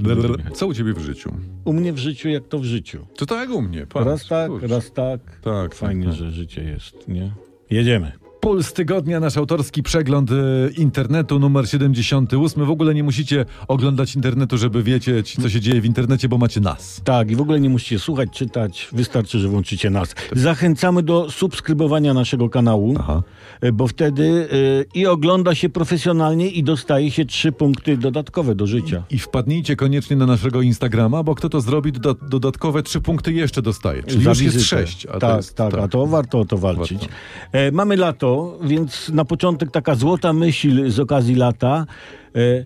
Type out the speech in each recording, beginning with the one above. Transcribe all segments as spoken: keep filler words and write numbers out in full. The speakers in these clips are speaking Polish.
Co u ciebie w życiu? U mnie w życiu jak to w życiu. To tak jak u mnie. Patrz, raz tak, kurczę. raz tak. Tak, Fajnie, tak, że życie jest, nie? Jedziemy. Puls Tygodnia, nasz autorski przegląd e, internetu numer siedemdziesiąty ósmy. W ogóle nie musicie oglądać internetu, żeby wiedzieć, co się dzieje w internecie, bo macie nas. Tak, i w ogóle nie musicie słuchać, czytać, wystarczy, że włączycie nas. Zachęcamy do subskrybowania naszego kanału, Aha. e, bo wtedy y, i ogląda się profesjonalnie i dostaje się trzy punkty dodatkowe do życia. I wpadnijcie koniecznie na naszego Instagrama, bo kto to zrobi, doda- dodatkowe trzy punkty jeszcze dostaje. Czyli Za już jest wizytę. sześć. A tak, to jest, tak, a to warto o to walczyć. Warto. E, mamy lato, więc na początek taka złota myśl z okazji lata. E,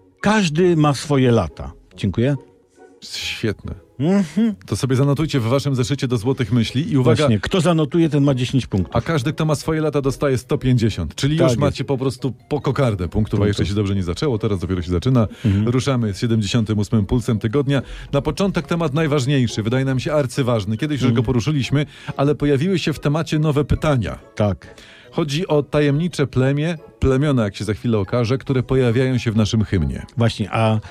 każdy ma swoje lata. Dziękuję. Świetne. Mhm. To sobie zanotujcie w waszym zeszycie do złotych myśli i uwaga, Właśnie, kto zanotuje, ten ma dziesięć punktów. a każdy, kto ma swoje lata, dostaje sto pięćdziesiąt. Czyli Tak już jest. macie po prostu po kokardę punktów, a jeszcze się dobrze nie zaczęło, teraz dopiero się zaczyna. Mhm. Ruszamy z siedemdziesiątym ósmym Pulsem Tygodnia. Na początek temat najważniejszy, wydaje nam się arcyważny. Kiedyś już go poruszyliśmy, ale pojawiły się w temacie nowe pytania. Tak. Chodzi o tajemnicze plemię, plemiona, jak się za chwilę okaże, które pojawiają się w naszym hymnie. Właśnie, a e,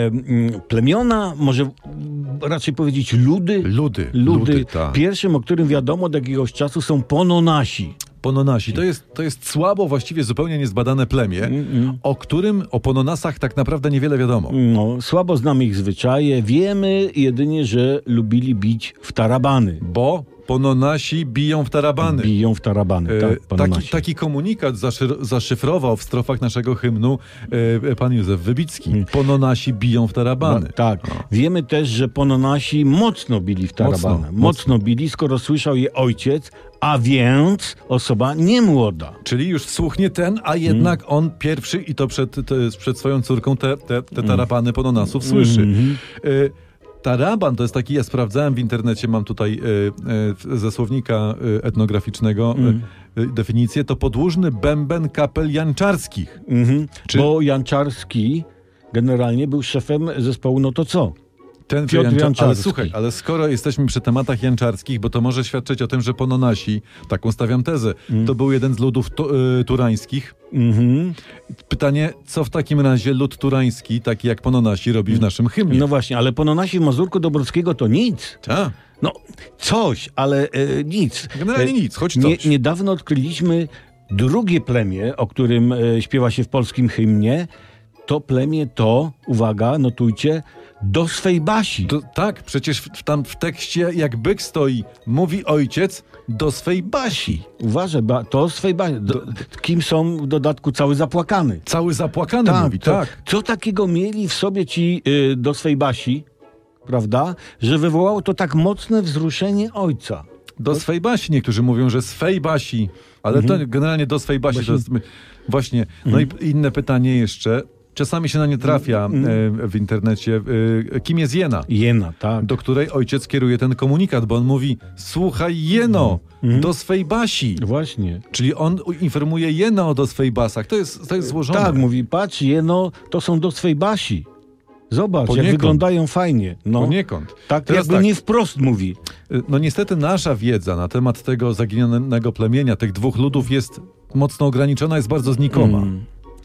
mm, plemiona, może mm, raczej powiedzieć ludy? Ludy. Ludy. tak. Pierwszym, o którym wiadomo od jakiegoś czasu, są Pononasi. Pononasi. To jest, to jest słabo, właściwie zupełnie niezbadane plemię, Mm-mm. o którym, o Pononasach tak naprawdę niewiele wiadomo. No, słabo znamy ich zwyczaje. Wiemy jedynie, że lubili bić w tarabany. Bo Pononasi biją w tarabany. Biją w tarabany, E, tak, taki, Pononasi. taki komunikat zaszyr, zaszyfrował w strofach naszego hymnu e, pan Józef Wybicki. Pononasi biją w tarabany. No, tak. Wiemy też, że Pononasi mocno bili w tarabany. Mocno, Mocno, mocno. bili, skoro słyszał je ojciec, a więc osoba niemłoda. Czyli już wsłuch nie ten, a jednak Mm. on pierwszy i to przed, te, przed swoją córką te, te, te tarabany Pononasów słyszy. Mhm. E, Taraban to jest taki, ja sprawdzałem w internecie, mam tutaj e, e, ze słownika e, etnograficznego Mm. e, e, definicję, to podłużny bęben kapel janczarskich. Mhm. Czy- Bo Janczarski generalnie był szefem zespołu No to co? Ten Piotr Jancza- Ale Janczarski. słuchaj, ale skoro jesteśmy przy tematach janczarskich, bo to może świadczyć o tym, że Pononasi, taką stawiam tezę, to był jeden z ludów tu, y, turańskich. Mhm. Pytanie, co w takim razie lud turański, taki jak Pononasi, robi w naszym hymnie? No właśnie, ale Pononasi w Mazurku Dobrockiego to nic. Ta, No, coś, ale e, nic. generalnie E, nic, choć Nie, coś. niedawno odkryliśmy drugie plemię, o którym e, śpiewa się w polskim hymnie. To plemię to, uwaga, notujcie, do swej basi. To, tak, przecież w, tam w tekście jak byk stoi, mówi ojciec do swej basi. Uważaj, ba, to swej basi. Do, kim są w dodatku cały zapłakany. Cały zapłakany mówi, to, tak. Co takiego mieli w sobie ci y, do swej basi, prawda, że wywołało to tak mocne wzruszenie ojca. Do swej basi. Niektórzy mówią, że swej basi, ale Mhm. to generalnie do swej basi. To jest, my- właśnie. No i inne pytanie jeszcze. Czasami się na nie trafia Mhm. e, w internecie. E, kim jest Jena? Jena, tak. Do której ojciec kieruje ten komunikat, bo on mówi: słuchaj, Jeno, Mhm. do swej basi. Właśnie. Czyli on informuje Jeno do swej basach. To jest, to jest złożone. Tak, mówi, patrz, jeno, to są do swej basi. Zobacz, Poniekąd. jak wyglądają fajnie. No, Poniekąd. tak Teraz jakby tak. nie wprost mówi. No niestety nasza wiedza na temat tego zaginionego plemienia, tych dwóch ludów jest mocno ograniczona, jest bardzo znikoma. Mm.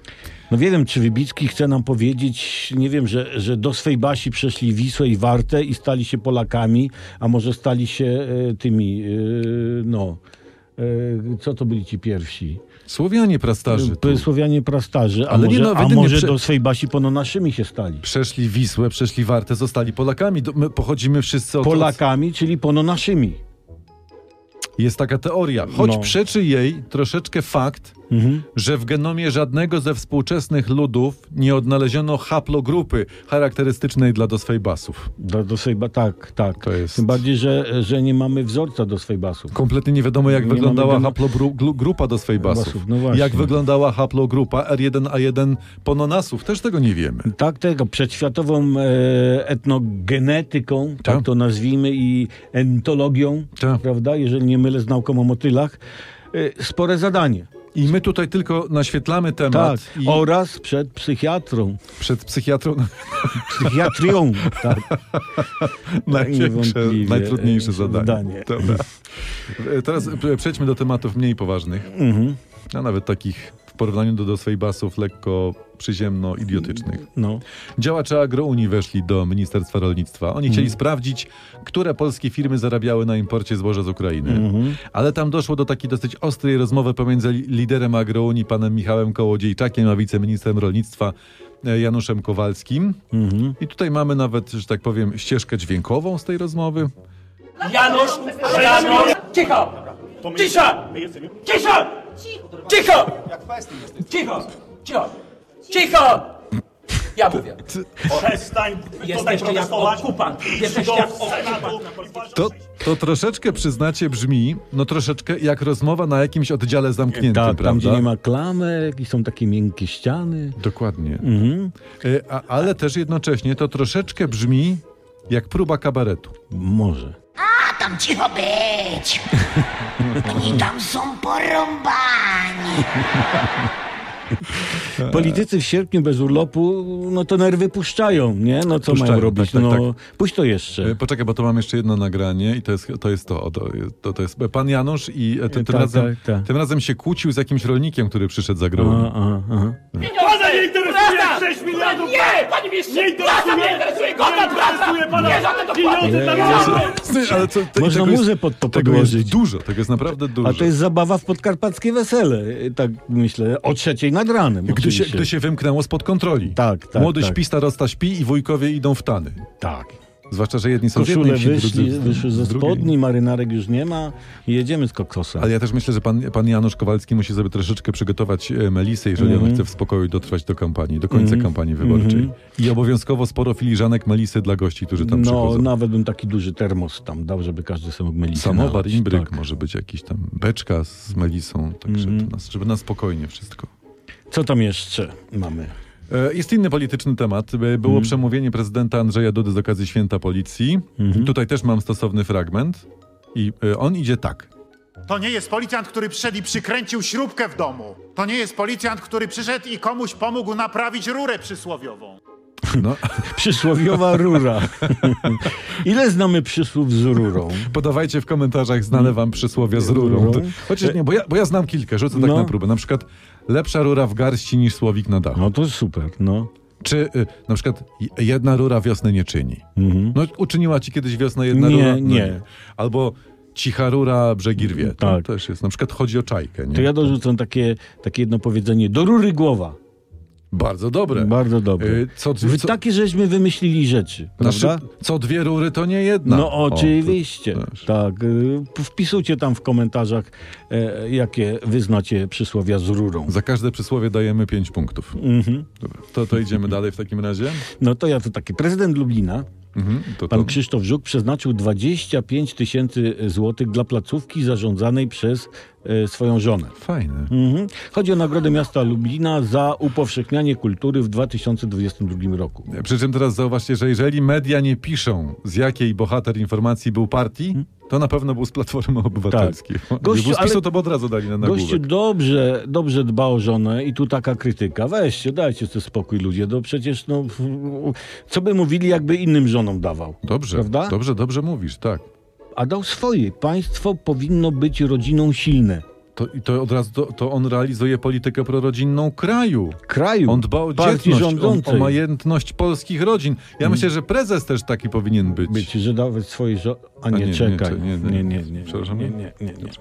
No nie wiem, czy Wybicki chce nam powiedzieć, nie wiem, że, że do swej basi przeszli Wisłę i Wartę i stali się Polakami, a może stali się e, tymi, e, no, e, co to byli ci pierwsi? Słowianie prastarzy tu. Słowianie prastarzy, a Ale nie, może, no, a jedynie może prze- do swej basi Pononaszymi się stali. Przeszli Wisłę, przeszli Wartę, zostali Polakami. Do- My pochodzimy wszyscy od... Polakami, czyli Pononaszymi. Jest taka teoria, choć No. przeczy jej troszeczkę fakt, Mhm. że w genomie żadnego ze współczesnych ludów nie odnaleziono haplogrupy charakterystycznej dla doswejbasów. Do, do swej ba- tak, tak. To jest- Tym bardziej, że, że nie mamy wzorca do swej basów. Kompletnie nie wiadomo, jak Nie wyglądała mamy geno- haplogrupa doswejbasów. Basów, no właśnie. Jak wyglądała haplogrupa R jeden A jeden Pononasów, też tego nie wiemy. Tak, tego, przed światową e, etnogenetyką, tak. Tak. to nazwijmy, i entologią, Tak. prawda, jeżeli nie mylę z nauką o motylach, e, spore zadanie. I my tutaj tylko naświetlamy temat Tak, i oraz przed psychiatrą, przed psychiatrą psychiatrią, tak. największe, niewątpliwie, najtrudniejsze e, zadanie. zadanie. Dobra. E, Teraz p- przejdźmy do tematów mniej poważnych, Mhm. a nawet takich porównaniu do, do swej basów lekko przyziemno-idiotycznych. No. Działacze Agrounii weszli do Ministerstwa Rolnictwa. Oni chcieli Mhm. sprawdzić, które polskie firmy zarabiały na imporcie zboża z Ukrainy. Mhm. Ale tam doszło do takiej dosyć ostrej rozmowy pomiędzy li- liderem Agrounii, panem Michałem Kołodziejczakiem, a wiceministrem rolnictwa e, Januszem Kowalskim. Mhm. I tutaj mamy nawet, że tak powiem, ścieżkę dźwiękową z tej rozmowy. Janusz, Janusz, cicho! Cisza! Cisza! Cicho! Cicho! Cicho! Cicho! Ja mówię. Przestań Jesteście jak okupant. Jesteście jak okupant. To, to troszeczkę, przyznacie, brzmi, no troszeczkę jak rozmowa na jakimś oddziale zamkniętym, Tak, tam prawda? gdzie nie ma klamek i są takie miękkie ściany. Dokładnie. Mhm. E, a, ale też jednocześnie to troszeczkę brzmi jak próba kabaretu. Może. A tam cicho być! Oni tam są porąbani! Politycy w sierpniu bez urlopu, no to nerwy puszczają, nie? No co Puszczają, mają robić? tak, tak, no tak. puść to jeszcze. E, Poczekaj, bo to mam jeszcze jedno nagranie i to jest to. Jest to, to, to, to jest pan Janusz i e, tym, tym, Tak, razem, tak, tak. tym razem się kłócił z jakimś rolnikiem, który przyszedł za grą. Aha, aha, aha. Pana nie interesuje sześć miliardów! Nie, panie ministrze! Nie interesuje! Nie interesuje! Godna Nie praca! interesuje pana Nie żadne pieniądze dla Ty, ale co, te, Można tego jest- muzę pod to tego podłożyć. jest dużo, tego jest naprawdę dużo. A to jest zabawa w podkarpackie wesele, tak myślę, o trzeciej nad ranem. Gdy się, oczywiście. gdy się wymknęło spod kontroli. Tak, tak, Młody tak. śpi, starosta śpi i wujkowie idą w tany. Tak. Zwłaszcza, że jedni są z Koszule jednej wsi, wyszli, drudzy z- wyszły ze z drugiej. spodni, marynarek już nie ma i jedziemy z kokosem. Ale ja też myślę, że pan, pan Janusz Kowalski musi sobie troszeczkę przygotować e, Melisę, jeżeli Mhm. on chce w spokoju dotrwać do kampanii, do końca Mhm. kampanii wyborczej. Mhm. I obowiązkowo sporo filiżanek Melisy dla gości, którzy tam No, przychodzą. nawet bym taki duży termos tam dał, żeby każdy sobie mógł melisę Samowar, nalać. imbryk, Tak. może być jakiś tam beczka z Melisą, także Mhm. to nas, żeby na spokojnie wszystko. Co tam jeszcze mamy? E, Jest inny polityczny temat. E, Było Mhm. przemówienie prezydenta Andrzeja Dudy z okazji Święta Policji. Mhm. Tutaj też mam stosowny fragment. I e, on idzie tak. To nie jest policjant, który przyszedł i przykręcił śrubkę w domu. To nie jest policjant, który przyszedł i komuś pomógł naprawić rurę przysłowiową. No, Przysłowiowa rura. Ile znamy przysłów z rurą? podawajcie w komentarzach znane wam przysłowie z rurą. Rurą? To, chociaż nie, bo ja, bo ja znam kilka, rzucę tak No. na próbę. Na przykład lepsza rura w garści niż słowik na dachu. No to super, no. Czy y, na przykład y, jedna rura wiosny nie czyni. Mhm. No uczyniła ci kiedyś wiosnę jedna Nie, rura? No nie. Albo cicha rura brzegi rwie. To Tak. też jest. Na przykład chodzi o czajkę. Nie? To ja dorzucam takie, takie jedno powiedzenie. Do rury głowa. Bardzo dobre. Bardzo dobre. Y, co, Wy co, takie żeśmy wymyślili rzeczy, znaczy, prawda? co dwie rury to nie jedna. No O, to oczywiście, też. tak. Y, Wpisujcie tam w komentarzach, e, jakie wyznacie przysłowia z rurą. Za każde przysłowie dajemy pięć punktów. Mhm. Dobra. To, to idziemy dalej w takim razie. No to ja tu taki. Prezydent Lublina, Mhm. To, pan to. Krzysztof Żuk, przeznaczył dwadzieścia pięć tysięcy złotych dla placówki zarządzanej przez e, swoją żonę. Fajne. Mhm. Chodzi o Nagrodę Miasta Lublina za upowszechnianie kultury w dwa tysiące dwudziestym drugim roku. Przy czym teraz zauważcie, że jeżeli media nie piszą, z jakiej bohater informacji był partii, to na pewno był z Platformy Obywatelskiej. Tak. Gościu, Gdyby był z PiSu, ale- to by od razu dali na Gościu nagłówek. dobrze, dobrze dba o żonę i tu taka krytyka. Weźcie, dajcie sobie spokój ludzie, no przecież no, co by mówili, jakby innym żonom dawał. Dobrze, Prawda? dobrze, dobrze mówisz, tak. A dał swoje. Państwo powinno być rodziną silne. To, I to od razu to, to on realizuje politykę prorodzinną kraju. Kraju, On dba o partii dzietność, o, rządzącej. o majętność polskich rodzin. Ja myślę, że prezes też taki powinien być. Być, że dawać swoje żo... A nie, nie, nie, czekaj. to nie, Nie, nie. nie, nie. nie, Przepraszam? Nie, nie, nie, nie.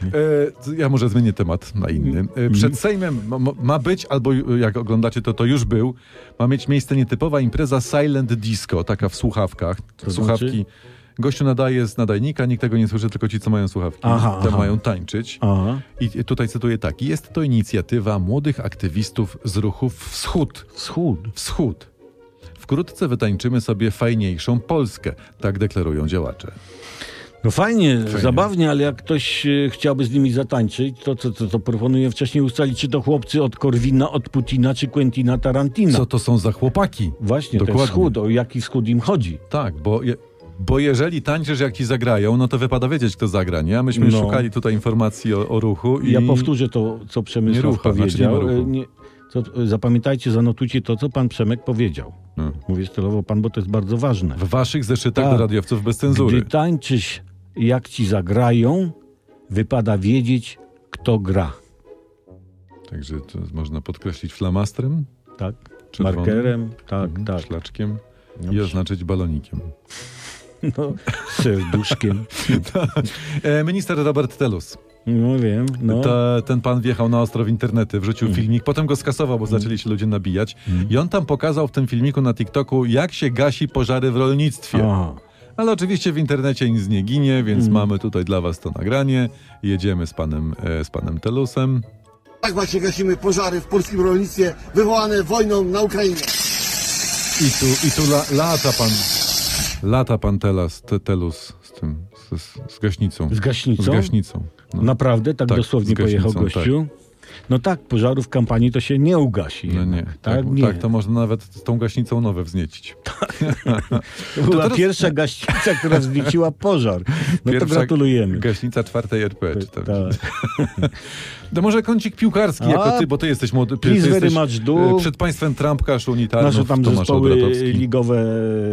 E, ja może zmienię temat na inny. E, przed Sejmem ma, ma być, albo jak oglądacie, to to już był, ma mieć miejsce nietypowa impreza Silent Disco, taka w słuchawkach. To Słuchawki. znaczy? Gościu nadaje z nadajnika, nikt tego nie słyszy, tylko ci, co mają słuchawki. Aha, Te aha. mają tańczyć. Aha. I tutaj cytuję tak. Jest to inicjatywa młodych aktywistów z ruchów Wschód. Wschód. Wschód. Wkrótce wytańczymy sobie fajniejszą Polskę. Tak deklarują działacze. No fajnie, Fajnie. zabawnie, ale jak ktoś e, chciałby z nimi zatańczyć, to co to, to, to proponuję wcześniej ustalić, czy to chłopcy od Korwina, od Putina, czy Quentina Tarantina. Co to są za chłopaki? Właśnie, to Dokładnie. jest wschód, o jaki wschód im chodzi. Tak, bo, je, bo jeżeli tańczysz, jak ci zagrają, no to wypada wiedzieć, kto zagra, nie? A myśmy No. szukali tutaj informacji o, o ruchu i... Ja powtórzę to, co Nie Przemysław rucha, znaczy nie ma powiedział. ruchu. E, nie, co, e, zapamiętajcie, zanotujcie to, co pan Przemek powiedział. No. Mówię celowo pan, bo to jest bardzo ważne. W waszych zeszytach Tak. do radiowców bez cenzury. Gdy tańczysz, jak ci zagrają, wypada wiedzieć, kto gra. Także to można podkreślić flamastrem, Tak. czerwonym, Markerem, tak, mhm, tak. szlaczkiem No, i oznaczyć balonikiem. No, serduszkiem. E, Minister Robert Telus. No wiem, no. To, ten pan wjechał na ostro w internety, wrzucił Mm. filmik, potem go skasował, bo zaczęli się ludzie nabijać. I on tam pokazał w tym filmiku na TikToku, jak się gasi pożary w rolnictwie. Aha. Ale oczywiście w internecie nic nie ginie, więc Mm. mamy tutaj dla was to nagranie. Jedziemy z panem, e, z panem Telusem. Tak właśnie gasimy pożary w polskim rolnictwie wywołane wojną na Ukrainie. I tu, i tu la, lata pan, lata pan Telas, te, Telus z tym, z, z, z gaśnicą. Z gaśnicą? Z gaśnicą. No. Naprawdę? Tak, Tak, dosłownie z gaśnicą, pojechał gościu? No tak, pożarów w kampanii to się nie ugasi. No nie, jednak. tak, tak, nie. tak, to można nawet z tą gaśnicą nowe wzniecić. To była teraz- pierwsza gaśnica, która wznieciła pożar. No Pierwsza to gratulujemy. Gaśnica czwartej R P. Czy tam. Tak. To może kącik piłkarski, A, jako ty, bo ty jesteś młody. Ty please very jesteś much do. e, przed państwem Trampkarz, Unitarnów, Nasze tam Tomasz zespoły Obratowski. ligowe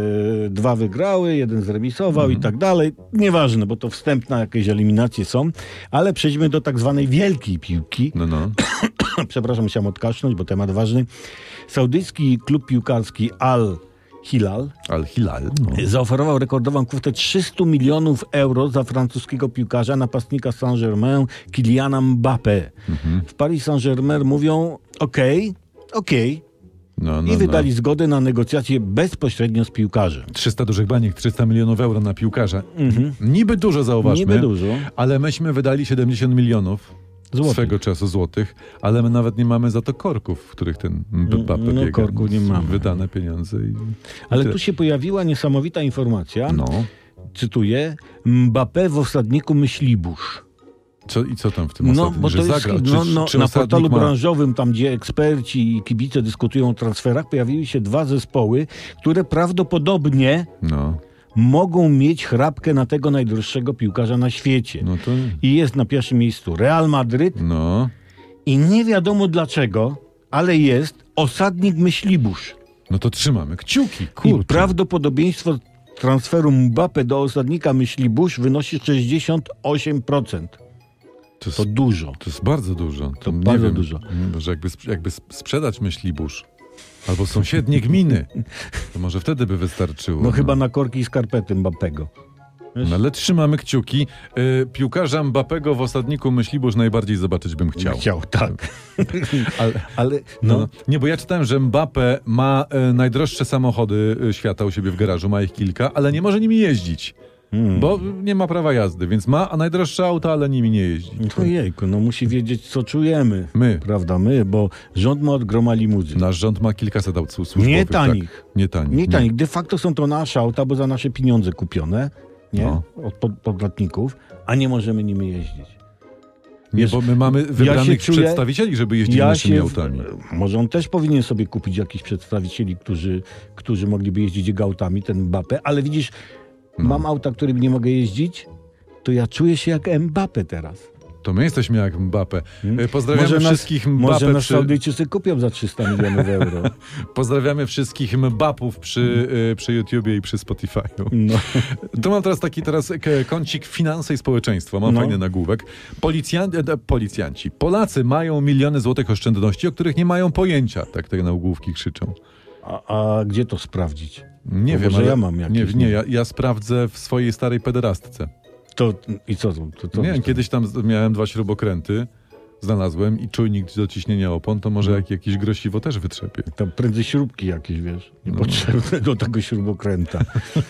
e, dwa wygrały, jeden zremisował Mhm. i tak dalej. Nieważne, bo to wstępne jakieś eliminacje są. Ale przejdźmy do tak zwanej wielkiej piłki. No, no. Przepraszam, musiałem odkasznąć, bo temat ważny. Saudyjski klub piłkarski Al Hilal Al-Hilal. No. zaoferował rekordową kwotę trzysta milionów euro za francuskiego piłkarza, napastnika Saint-Germain, Kyliana Mbappé. Mhm. W Paris Saint-Germain mówią okej, okej No, no, i wydali no. zgodę na negocjacje bezpośrednio z piłkarzem. trzysta dużych baniek, trzysta milionów euro na piłkarza. Niby dużo, zauważmy. Niby dużo. Ale myśmy wydali siedemdziesiąt milionów Złotych. swego czasu złotych, ale my nawet nie mamy za to korków, w których ten Mbappé No, biega. korków nie mamy. Wydane pieniądze. I... Ale tyle. tu się pojawiła niesamowita informacja, No. cytuję, Mbappé w osadniku Myślibórz. Co, I co tam w tym No, osadniku? bo Że to jest zagra? Czy, no, no, czy na osadnik portalu ma... branżowym, tam gdzie eksperci i kibice dyskutują o transferach, pojawiły się dwa zespoły, które prawdopodobnie No, mogą mieć chrapkę na tego najdroższego piłkarza na świecie. no to... I jest na pierwszym miejscu Real Madryt No, i nie wiadomo dlaczego, ale jest osadnik Myślibórz. no to trzymamy kciuki, I kurczę. prawdopodobieństwo transferu Mbappé do osadnika Myślibórz wynosi sześćdziesiąt osiem procent. To jest, To dużo. to jest bardzo dużo. To nie bardzo wiem, dużo. Może jakby, sp- jakby sp- sprzedać Myślibórz albo sąsiednie gminy, to może wtedy by wystarczyło. No chyba na korki i skarpety Mbappego. No, ale trzymamy kciuki. Y, piłkarza Mbappego w osadniku Myślibórz najbardziej zobaczyć bym chciał. Chciał, tak. Ale, Ale no. no, Nie, bo ja czytałem, że Mbappé ma y, najdroższe samochody y, świata u siebie w garażu, ma ich kilka, ale nie może nimi jeździć. Hmm. Bo nie ma prawa jazdy, więc ma a najdroższe auta, ale nimi nie jeździ. to jejku, no musi wiedzieć, co czujemy. My. Prawda, my, bo rząd ma od groma limuzyn. Nasz rząd ma kilkaset aut służbowych. Nie tanich. Tak. Nie tanich. Nie tanich. De facto są to nasze auta, bo za nasze pieniądze kupione, nie? No. Od pod, podatników, a nie możemy nimi jeździć. Nie, Wiesz, bo my mamy wybranych czuję- przedstawicieli, żeby jeździć naszymi w- autami. Może on też powinien sobie kupić jakichś przedstawicieli, którzy, którzy mogliby jeździć jego autami, ten Mbappé, ale widzisz, No. mam auta, którymi nie mogę jeździć, to ja czuję się jak Mbappé teraz. To my jesteśmy jak Mbappé. E, Pozdrawiamy Może nas- wszystkich Może Mbappé nas przy... Saudyjczycy kupią za trzysta milionów euro. Pozdrawiamy wszystkich Mbapów przy, e, przy YouTubie i przy Spotify'u. No. To mam teraz taki teraz k- kącik finanse i społeczeństwo. Mam No. fajny nagłówek. Policjan, e, policjanci. Polacy mają miliony złotych oszczędności, o których nie mają pojęcia. Tak te nagłówki krzyczą. A, a gdzie to sprawdzić? Nie No wiem, może ale ja mam jakieś, nie, nie nie? ja, ja sprawdzę w swojej starej pederastce. To, I co? To, to, to, Nie wiem, to, kiedyś tam z- miałem dwa śrubokręty, znalazłem i czujnik do ciśnienia opon, to może jak jakieś grosiwo też wytrzepię. Tam prędzej śrubki jakieś, wiesz, No. niepotrzebne do tego śrubokręta.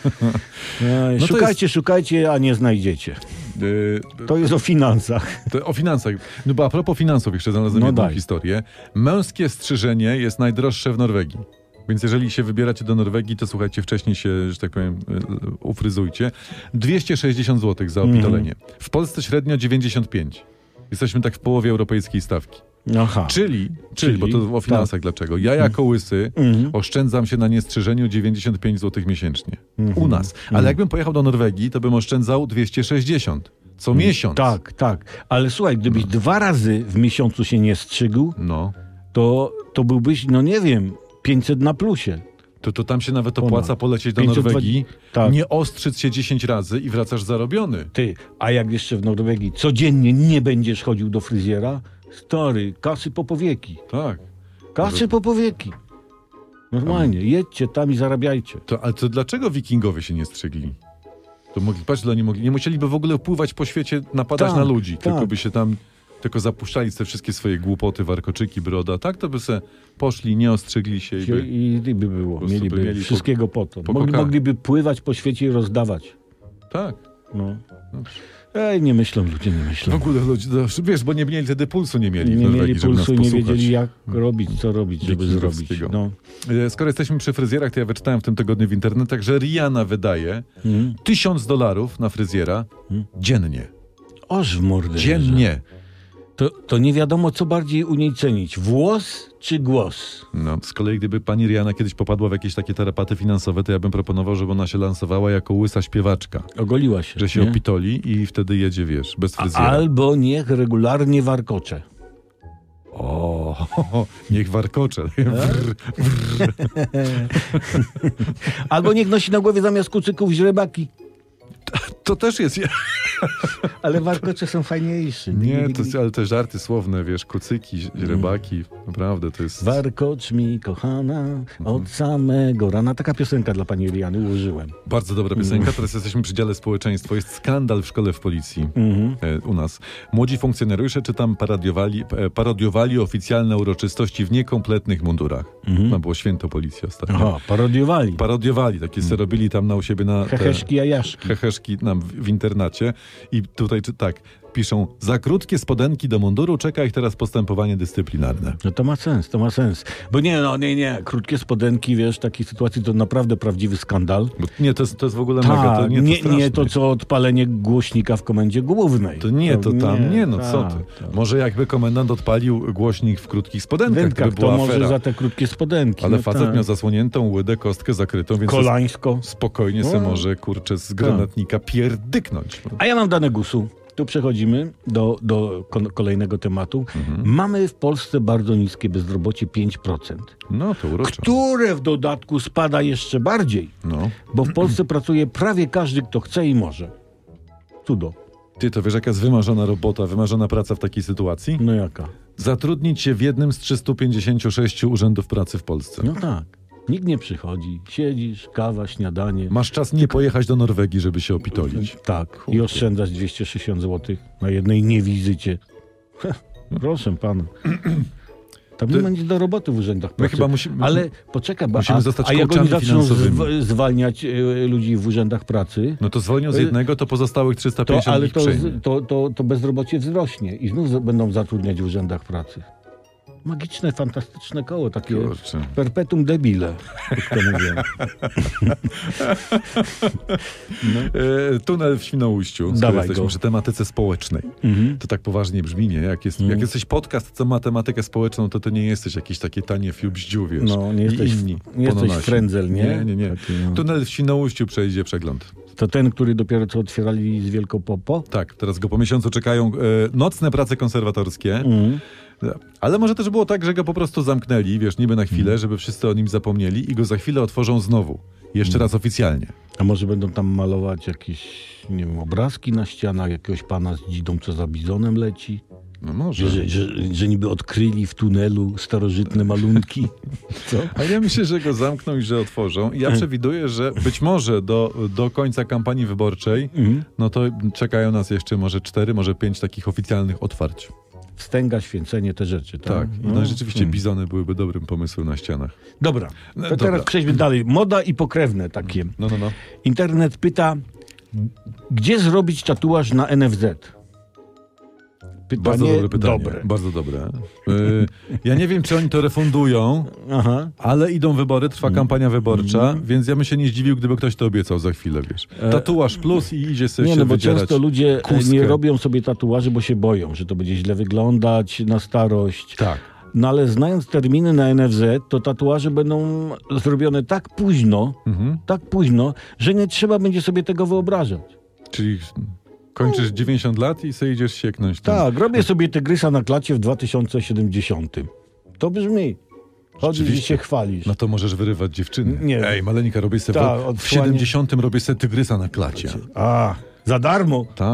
Ej, No to szukajcie, szukajcie, a nie znajdziecie. Yy, To jest o finansach. to o finansach. No bo a propos finansów jeszcze znalazłem No jedną daj. historię. Męskie strzyżenie jest najdroższe w Norwegii. Więc jeżeli się wybieracie do Norwegii, to słuchajcie, wcześniej się, że tak powiem, yy, ufryzujcie. dwieście sześćdziesiąt złotych za opitolenie. W Polsce średnio dziewięćdziesiąt pięć. Jesteśmy tak w połowie europejskiej stawki. Aha. Czyli, czyli, bo to o finansach dlaczego? Ja jako łysy Mhm. oszczędzam się na niestrzyżeniu dziewięćdziesiąt pięć złotych miesięcznie. U nas. Ale jakbym pojechał do Norwegii, to bym oszczędzał dwieście sześćdziesiąt. Co miesiąc. Tak, tak. Ale słuchaj, gdybyś dwa razy w miesiącu się nie strzygł, No. to, to byłbyś, no nie wiem, pięćset na plusie. To, to tam się nawet Ponad. opłaca polecieć do pięćset Norwegii, dwadzieścia tak. nie ostrzyc się dziesięć razy i wracasz zarobiony. Ty, a jak jeszcze w Norwegii codziennie nie będziesz chodził do fryzjera, Stary, kasy po powieki. Tak. Kasy po powieki. Normalnie, jedźcie tam i zarabiajcie. To, ale to dlaczego wikingowie się nie strzygli? To mogli, patrz, ile oni mogli. Nie musieliby w ogóle pływać po świecie, napadać Tak, na ludzi, tak. tylko by się tam tylko zapuszczali te wszystkie swoje głupoty, warkoczyki, broda. Tak to by se poszli, nie ostrzygli się i by... I, i by było. prostu Mieliby by mieli wszystkiego po to. po Mogli, kokach. mogliby pływać po świecie i rozdawać. Tak. No. Ej, nie myślą, ludzie nie W myślą. ogóle ludzie, no, wiesz, bo nie mieli wtedy pulsu, nie mieli w Nie Norwegii, mieli żeby nas pulsu i nie posłuchać. wiedzieli, jak robić, co robić, żeby zrobić. Wikingowskiego. No. E, Skoro jesteśmy przy fryzjerach, to ja wyczytałem w tym tygodniu w internetach, że Rihanna wydaje Hmm. tysiąc dolarów na fryzjera dziennie. Oż w mordę. Dziennie. To, to nie wiadomo, co bardziej u niej cenić. Włos czy głos? No, z kolei gdyby pani Rihanna kiedyś popadła w jakieś takie tarapaty finansowe, to ja bym proponował, żeby ona się lansowała jako łysa śpiewaczka. Ogoliła się. Że się nie? opitoli i wtedy jedzie, wiesz, bez fryzjera. Albo niech regularnie warkocze. O, niech warkocze. Albo niech nosi na głowie zamiast kucyków źrebaki. To też jest... Ale warkocze są fajniejsze. Nie, to, ale te żarty słowne, wiesz, kucyki, źrebaki, naprawdę to jest... Warkocz mi, kochana, od samego rana. Taka piosenka dla pani Riany ułożyłem. Bardzo dobra piosenka. Teraz jesteśmy przy dziale społeczeństwo. Jest skandal w szkole w policji e, u nas. Młodzi funkcjonariusze, czytam, parodiowali, e, parodiowali oficjalne uroczystości w niekompletnych mundurach. No, było święto policji ostatnio. Aha, parodiowali. Parodiowali, takie se robili tam na u siebie na... te- Heheszki, jajaszki. heheszki nam w, w internacie i tutaj czy, tak, piszą, za krótkie spodenki do munduru czeka ich teraz postępowanie dyscyplinarne. No to ma sens, to ma sens. Bo nie, no nie, nie. Krótkie spodenki, wiesz, w takiej sytuacji to naprawdę prawdziwy skandal. Bo nie, to jest, to jest w ogóle mega, to Tak, nie, to nie, straszne. nie to, co odpalenie głośnika w komendzie głównej. To nie, to tam, nie, no co tak, ty. tak. Może jakby komendant odpalił głośnik w krótkich spodenkach, Wędkach, to by była to może afera. za te krótkie spodenki. Ale no facet tak. miał zasłoniętą łydę, kostkę zakrytą, więc Kolańsko. spokojnie se O. może, kurczę, z granatnika pierdyknąć. A ja mam dane gusu. Tu przechodzimy do, do kon- kolejnego tematu. Mamy w Polsce bardzo niskie bezrobocie pięć procent, No to uroczo. które w dodatku spada jeszcze bardziej, No. bo w Polsce pracuje prawie każdy, kto chce i może. Cudo. Ty to wiesz, jaka jest wymarzona robota, wymarzona praca w takiej sytuacji? No jaka? Zatrudnić się w jednym z trzystu pięćdziesięciu sześciu urzędów pracy w Polsce. No tak. Nikt nie przychodzi. Siedzisz, kawa, śniadanie. Masz czas nie pojechać do Norwegii, żeby się opitolić. Tak. I oszczędzać dwieście sześćdziesiąt złotych na jednej niewizycie. Heh, proszę pana. Tam nie Ty- ma nic do roboty w urzędach pracy. chyba musimy- Ale poczekaj, bo, musimy a, zostać a jak oni coachami zaczną finansowymi. zw- zwalniać e, ludzi w urzędach pracy, No to zwolnią z Y, jednego, to pozostałych trzysta to, pięćdziesiąt ale ich to, przejmie. z- to, to, to bezrobocie wzrośnie i znów z- będą zatrudniać w urzędach pracy. Magiczne, fantastyczne koło, takie Kurczę. perpetuum debile, jak to mówię. E, tunel w Świnoujściu, skoro Dawaj jesteśmy go. Mhm. przy tematyce społecznej. To tak poważnie brzmi, nie? Jak, jest, jak jesteś podcast, co matematykę społeczną, to ty nie jesteś jakiś takie tanie fiubździu, wiesz. No, nie I jesteś- inni nie jesteś pononasi. frędzel, nie? Nie, nie, nie. Taki, no. Tunel w Świnoujściu przejdzie przegląd. To ten, który dopiero co otwierali z Wielkopopo? Tak, teraz go po miesiącu czekają e, nocne prace konserwatorskie. Mhm. Ale może też było tak, że go po prostu zamknęli, wiesz, niby na chwilę, Mhm. żeby wszyscy o nim zapomnieli i go za chwilę otworzą znowu. Jeszcze Mhm. raz oficjalnie. A może będą tam malować jakieś, nie wiem, obrazki na ścianach, jakiegoś pana z dzidą, co za bizonem leci? No może. Że, że, że niby odkryli w tunelu starożytne malunki. Co? Ale ja myślę, że go zamkną i że otworzą. I ja przewiduję, że być może do, do końca kampanii wyborczej, Mhm. no to czekają nas jeszcze może cztery, może pięć takich oficjalnych otwarć. Wstęga, święcenie, te rzeczy, tak? Tak. I no, rzeczywiście bizony byłyby dobrym pomysłem na ścianach. Dobra, to No, teraz dobra. przejdźmy dalej. Moda i pokrewne takie. No, no, no. Internet pyta, gdzie zrobić tatuaż na N F Z? Pytanie Bardzo dobre pytanie. dobre. Bardzo dobre. Y, ja nie wiem, czy oni to refundują, Aha. ale idą wybory, trwa kampania wyborcza, Mm. więc ja bym się nie zdziwił, gdyby ktoś to obiecał za chwilę, wiesz. Tatuaż plus i idzie sobie Nie, się no bo wydzierać często ludzie e, kuskę. nie robią sobie tatuaży, bo się boją, że to będzie źle wyglądać na starość. Tak. No ale znając terminy na N F Z, to tatuaże będą zrobione tak późno, Mhm. tak późno, że nie trzeba będzie sobie tego wyobrażać. Czyli kończysz dziewięćdziesiąt lat i sobie idziesz sieknąć tam. Tak, robię sobie tygrysa na klacie w dwa tysiące siedemdziesiątym. To brzmi. Chodzisz i Rzeczywiście. się chwalisz. No to możesz wyrywać dziewczyny. Nie. Ej, maleńka, robię sobie Tak, w odsłanie- siedemdziesiątym robię sobie tygrysa na klacie. A, za darmo. Tak.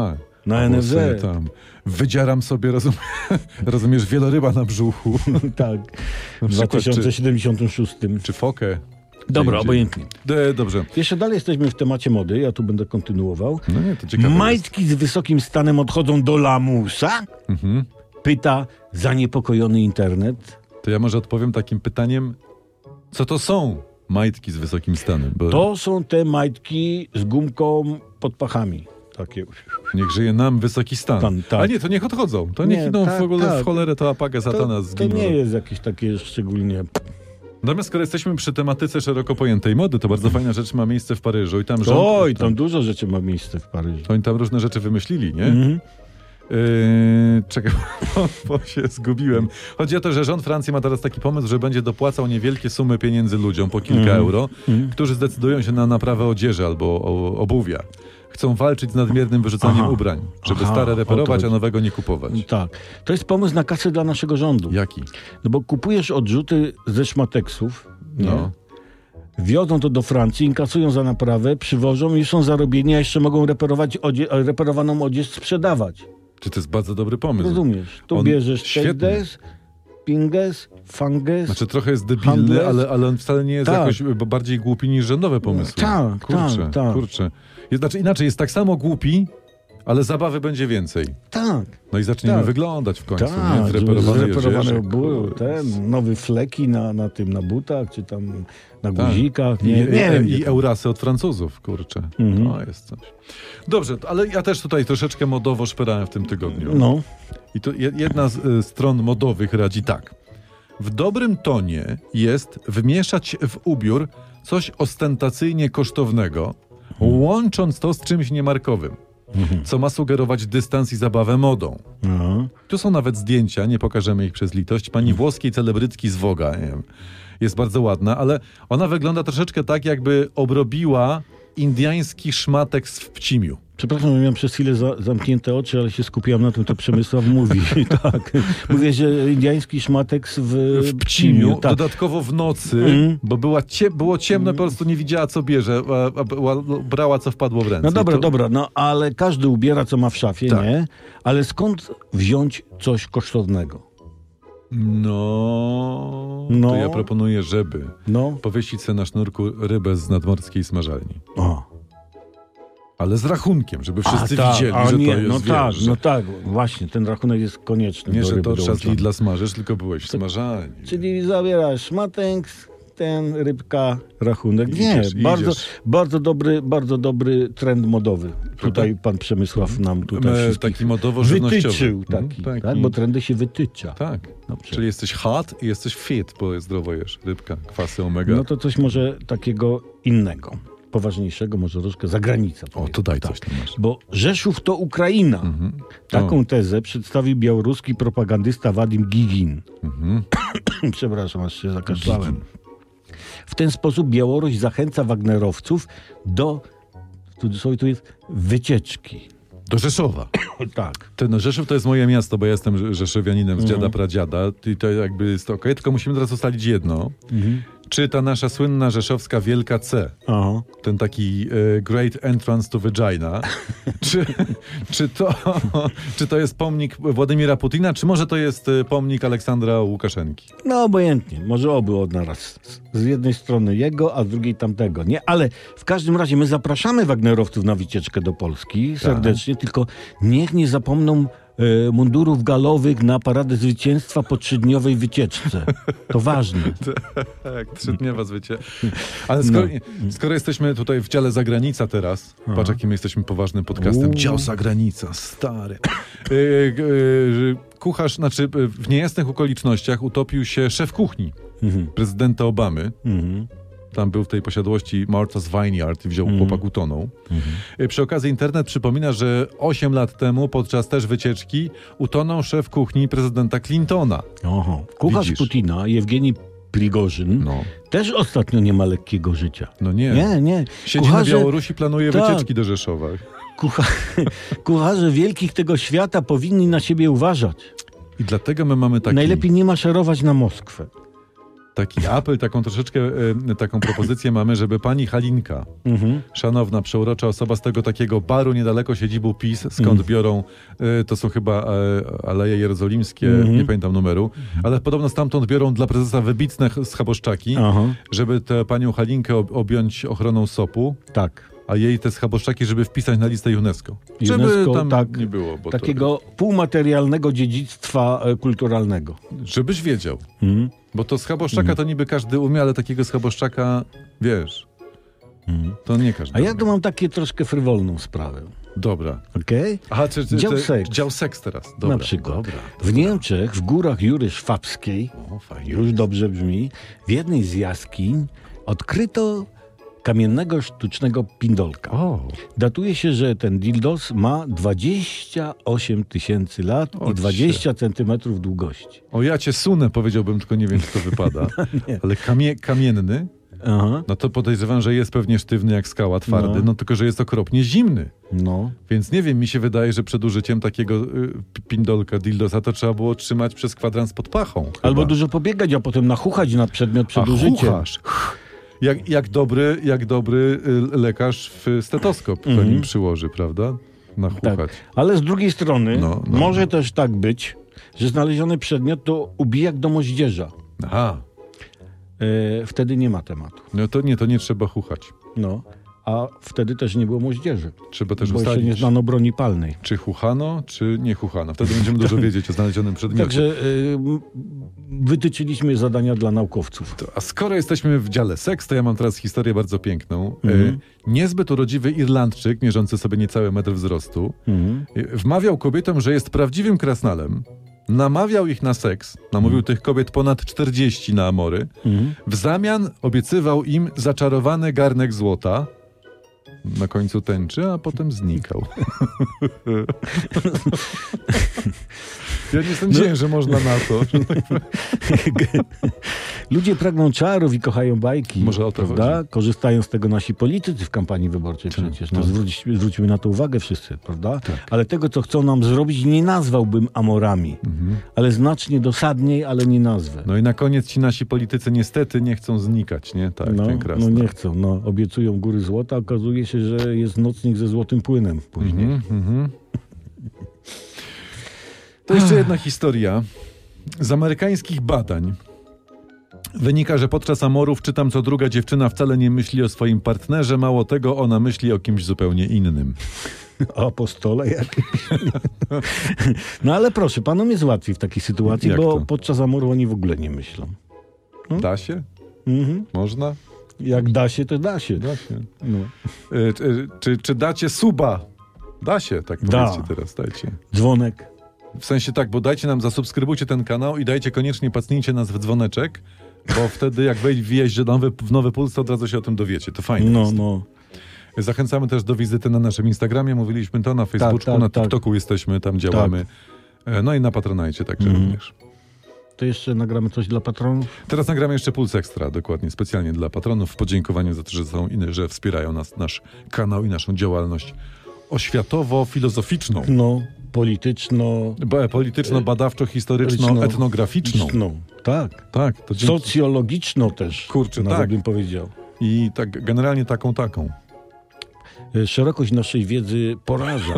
Na Albo N F sobie Z. tam wydzieram sobie, rozum... rozumiesz, wieloryba na brzuchu. Tak. Na W przykład, dwa tysiące siedemdziesiątym szóstym. Czy fokę. Dobra, Gdzie obojętnie. indziej. De, dobrze. Jeszcze dalej jesteśmy w temacie mody, ja tu będę kontynuował. No nie, to ciekawe jest. Majtki z wysokim stanem odchodzą do lamusa? Mhm. Pyta zaniepokojony internet. To ja może odpowiem takim pytaniem, co to są majtki z wysokim stanem? Bo To są te majtki z gumką pod pachami. Takie. niech żyje nam wysoki stan. Stan, tak. A nie, to niech odchodzą. To niech Nie, idą tak, w ogóle tak. w cholerę, to apagę satana To, to zginą. nie jest jakieś takie szczególnie... Natomiast skoro jesteśmy przy tematyce szeroko pojętej mody, to bardzo fajna rzecz ma miejsce w Paryżu i tam rząd... Oj, tam dużo rzeczy ma miejsce w Paryżu. Oni tam różne rzeczy wymyślili, nie? Mhm. Yy, czekaj, bo, bo się zgubiłem. Chodzi o to, że rząd Francji ma teraz taki pomysł, że będzie dopłacał niewielkie sumy pieniędzy ludziom, po kilka Mhm. euro, którzy zdecydują się na naprawę odzieży albo o, obuwia. Chcą walczyć z nadmiernym wyrzucaniem Aha. ubrań, żeby Aha, stare o to reperować, a chodzi. nowego nie kupować. Tak. To jest pomysł na kasę dla naszego rządu. Jaki? No bo kupujesz odrzuty ze szmateksów, nie? No. Wiodą to do Francji, inkasują za naprawę, przywożą i są zarobieni, a jeszcze mogą reperować odzie- reperowaną odzież sprzedawać. Czy to jest bardzo dobry pomysł? Rozumiesz? Tu On- bierzesz świetny. Tejdes, Pinges, Fanges. Znaczy trochę jest debilny, Handles. ale, ale on wcale nie jest Tak. jakoś bo bardziej głupi niż rządowe pomysły. Tak, kurczę, tak, tak. kurczę. Jest, znaczy inaczej, jest tak samo głupi, ale zabawy będzie więcej. Tak, No i zaczniemy Tak. wyglądać w końcu, nie? tak. W żeby reperowanej zreperowane odzieży. były Kurde. ten, nowe fleki na, na tym, na butach, czy tam na Tak. guzikach. I, Nie, nie wiem. i, gdzie i tam. Eurasy od Francuzów, kurczę. Mhm. No jest coś. Dobrze, to- ale ja też tutaj troszeczkę modowo szperałem w tym tygodniu. No, I to je- jedna z y, stron modowych radzi tak. W dobrym tonie jest wmieszać w ubiór coś ostentacyjnie kosztownego, łącząc to z czymś niemarkowym, co ma sugerować dystans i zabawę modą. no. Tu są nawet zdjęcia, nie pokażemy ich przez litość, pani włoskiej celebrytki z Vogue'a. Nie wiem. Jest bardzo ładna, ale ona wygląda troszeczkę tak, jakby obrobiła indiański szmatek w Pcimiu. Przepraszam, że miałem przez chwilę za, zamknięte oczy, ale się skupiłem na tym, co Przemysław mówi. Tak. Mówię, że indiański szmatek w, W Pcimiu, Tak. dodatkowo w nocy, Mm. bo była cie, było ciemno, po prostu nie widziała, co bierze, a, a była, brała, co wpadło w ręce. No dobra, to, dobra, no ale każdy ubiera, co ma w szafie, Tak. nie? Ale skąd wziąć coś kosztownego? No, No. to ja proponuję, żeby No, powiesić sobie na sznurku rybę z nadmorskiej smażalni. o. Ale z rachunkiem, żeby wszyscy A, tak, widzieli, a że nie, to jest, no wiesz, tak, że, no tak, właśnie, ten rachunek jest konieczny. nie, do że ryby to trzeba z dołączony. Lidla smażysz, tylko byłeś w smażalni. Czyli zabierasz szmatek, ten rybka, rachunek. I Nie, idziesz, i bardzo, idziesz. bardzo, dobry, bardzo dobry trend modowy. Tutaj pan Przemysław nam tutaj E, wszystkich taki modowo-żywnościowy. wytyczył. Mhm, Taki, taki. Tak, bo trendy się wytycza. Tak. Dobrze. Czyli jesteś hot i jesteś fit, bo zdrowo jesz. Rybka, kwasy omega. No to coś może takiego innego, poważniejszego, może troszkę za granicą. O, to daj coś tam masz. Bo Rzeszów to Ukraina. Mhm. Taką O. tezę przedstawił białoruski propagandysta Wadim Gigin. Mhm. Przepraszam, aż się zakaszlałem. W ten sposób Białoruś zachęca Wagnerowców do, w cudzysłowie tu jest, wycieczki. Do Rzeszowa. Tak. Ten no, Rzeszów to jest moje miasto, bo ja jestem Rze- rzeszowianinem z Mhm. dziada pradziada. I to jakby jest okej, tylko musimy teraz ustalić jedno. Mhm. Czy ta nasza słynna rzeszowska Wielka C, Aha. ten taki e, Great Entrance to Vagina, czy, czy, to, czy to jest pomnik Władimira Putina, czy może to jest e, pomnik Aleksandra Łukaszenki? No obojętnie, może oby od naraz. Z jednej strony jego, a z drugiej tamtego, nie? Ale w każdym razie my zapraszamy Wagnerowców na wycieczkę do Polski serdecznie, tylko niech nie zapomną e, mundurów galowych na Paradę Zwycięstwa po trzydniowej wycieczce. To ważne. Tak, trzydniowa zwycie. Ale skoro, skoro jesteśmy tutaj w dziale Zagranica teraz, patrz jakim jesteśmy poważnym podcastem. Uuu. Dział Zagranica, stary. Y, y, kucharz, znaczy y, w niejasnych okolicznościach utopił się szef kuchni Mhm. prezydenta Obamy. Mhm. Tam był w tej posiadłości Martha's Vineyard i wziął, Mhm. chłopak utonął. Y, Przy okazji internet przypomina, że osiem lat temu podczas też wycieczki utonął szef kuchni prezydenta Clintona. Oho. Kucharz Widzisz. Putina, Jewgeni Prigorzyn, No, też ostatnio nie ma lekkiego życia. no nie. Nie, nie. Siedzi na Białorusi, planuje Tak. wycieczki do Rzeszowa. Kucha... Kucharze wielkich tego świata powinni na siebie uważać. I dlatego my mamy taki... Najlepiej nie maszerować na Moskwę. taki apel, taką troszeczkę, e, taką propozycję mamy, żeby pani Halinka, Mhm. szanowna, przeurocza osoba z tego takiego baru niedaleko siedzibu PiS, skąd Mhm. biorą, e, to są chyba e, Aleje Jerozolimskie, Mhm. nie pamiętam numeru, ale podobno stamtąd biorą dla prezesa wybitne schaboszczaki, Aha, żeby tę panią Halinkę ob- objąć ochroną sopu, tak. a jej te schaboszczaki, żeby wpisać na listę UNESCO. Żeby UNESCO, tam tak, nie było. Bo Takiego półmaterialnego dziedzictwa e, kulturalnego. To, żebyś wiedział. Mhm. Bo to schaboszczaka to niby każdy umie, ale takiego schaboszczaka, wiesz, to nie każdy A ja umie. tu mam takie troszkę frywolną sprawę. Dobra. Okej? Aha, czy, czy, Dział czy, seks. Dział seks teraz. Dobra. Na przykład. Dobra. W Niemczech, w górach Jury Szwabskiej, O, fajnie. już dobrze brzmi, w jednej z jaskiń odkryto kamiennego sztucznego pindolka. O, Datuje się, że ten dildos ma dwadzieścia osiem tysięcy lat O, i dwadzieścia centymetrów długości. o, ja cię sunę, powiedziałbym, tylko nie wiem, czy to wypada. Ale kamie, kamienny, Aha, no to podejrzewam, że jest pewnie sztywny jak skała, twardy, no, No. tylko, że jest okropnie zimny. no. Więc nie wiem, mi się wydaje, że przed użyciem takiego y, p- pindolka, dildosa, to trzeba było trzymać przez kwadrans pod pachą. Chyba. Albo dużo pobiegać, a potem nachuchać na przedmiot przed A użyciem. chuchasz. Jak, jak, dobry, jak dobry y, lekarz w stetoskop to Mhm. nim przyłoży, prawda? Nachuchać. Tak. Ale z drugiej strony No, no. może też tak być, że znaleziony przedmiot to ubijak do moździerza. Aha, E, wtedy nie ma tematu. no to nie, to nie trzeba chuchać. No. A wtedy też nie było moździerzy. Trzeba też Bo jeszcze ustalić, nie znano broni palnej. czy chuchano, czy nie chuchano. Wtedy będziemy dużo wiedzieć o znalezionym przedmiocie. Także y, m, wytyczyliśmy zadania dla naukowców. To, a skoro jesteśmy w dziale seks, to ja mam teraz historię bardzo piękną. Mhm. E, niezbyt urodziwy Irlandczyk, mierzący sobie niecały metr wzrostu, Mhm. e, wmawiał kobietom, że jest prawdziwym krasnalem, namawiał ich na seks, namówił tych kobiet ponad czterdzieści na amory, Mhm. w zamian obiecywał im zaczarowany garnek złota na końcu tęczy, a potem znikał. Ja nie sądziłem, No. że można na to. Ludzie pragną czarów i kochają bajki. Może o to prawda? chodzi. Korzystają z tego nasi politycy w kampanii wyborczej przecież. No, no. zwróć, zwróćmy na to uwagę wszyscy, prawda? Ale tego, co chcą nam zrobić, nie nazwałbym amorami. Ale znacznie dosadniej, ale nie nazwę. No i na koniec ci nasi politycy niestety nie chcą znikać, nie? Tak, No, ten no krasnal. nie chcą. No, obiecują góry złota, okazuje się, że jest nocnik ze złotym płynem później. Mhm, mhm. To jeszcze jedna historia. Z amerykańskich badań wynika, że podczas amorów czytam, co druga dziewczyna wcale nie myśli o swoim partnerze, mało tego, ona myśli o kimś zupełnie innym. O apostole jakimś. No ale proszę, panom jest łatwiej w takiej sytuacji, Jak bo to? podczas amoru oni w ogóle nie myślą. Da się? Mhm. Można? Jak da się, to da się. Da się. No. E, czy, czy, czy dacie suba? Da się, tak Da. powiedzcie teraz, dajcie. Dzwonek. W sensie tak, bo dajcie nam, zasubskrybujcie ten kanał i dajcie koniecznie, pacnijcie nas w dzwoneczek, bo wtedy jak wejść wjeździe nowy, w nowy puls, to od razu się o tym dowiecie. To fajne No, jest. no. Zachęcamy też do wizyty na naszym Instagramie, mówiliśmy to, na Facebooku, tak, na tak. TikToku jesteśmy, tam działamy. E, No i na Patronajcie także Mhm. również. To jeszcze nagramy coś dla patronów? Teraz nagramy jeszcze Puls Ekstra, dokładnie, specjalnie dla patronów, w podziękowaniu za to, że są inne, że wspierają nas, nasz kanał i naszą działalność oświatowo-filozoficzną, No, polityczno... Bo- polityczno-badawczo-historyczną, Polityczno- etnograficzną. No, tak. Tak, to dzięki. Socjologiczno też. Kurczę, nawet tak. bym powiedział. I tak generalnie taką, taką. E, Szerokość naszej wiedzy poraża.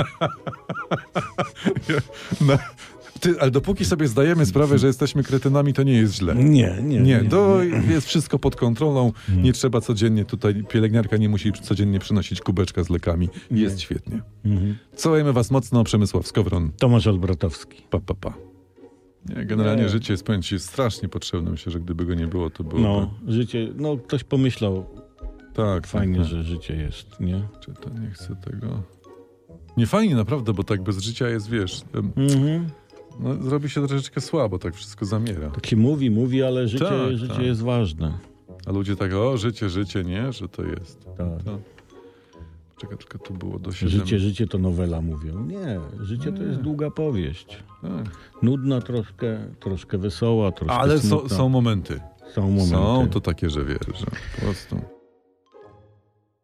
No, ty, ale dopóki sobie zdajemy sprawę, że jesteśmy kretynami, to nie jest źle. Nie, nie. Nie, to jest wszystko pod kontrolą. Nie trzeba codziennie tutaj, pielęgniarka nie musi codziennie przynosić kubeczka z lekami. Jest świetnie. Mhm. Całujemy was mocno, Przemysław Skowron. Tomasz Olbratowski. Pa, pa, pa. Nie, generalnie Nie. życie jest, powiem ci, strasznie potrzebne. Myślę, że gdyby go nie było, to byłoby... No, życie, no ktoś pomyślał, tak, fajnie, tak, że życie jest, nie? Czy to nie chcę tego... Nie fajnie naprawdę, bo tak bez życia jest, wiesz... em, Mhm. No, zrobi się troszeczkę słabo, tak wszystko zamiera. Tak się mówi, mówi, ale życie, Tak, życie tak. jest ważne. A ludzie tak, o, życie, życie, nie? Że to jest. Tak. To... Czekaj, tylko tu było do siedem. Życie, życie to nowela, mówią. Nie, życie to jest długa powieść. Tak. Nudna troszkę, troszkę wesoła, troszkę Ale są, smutna. są momenty. są momenty. Są to takie, że wiesz, że po prostu...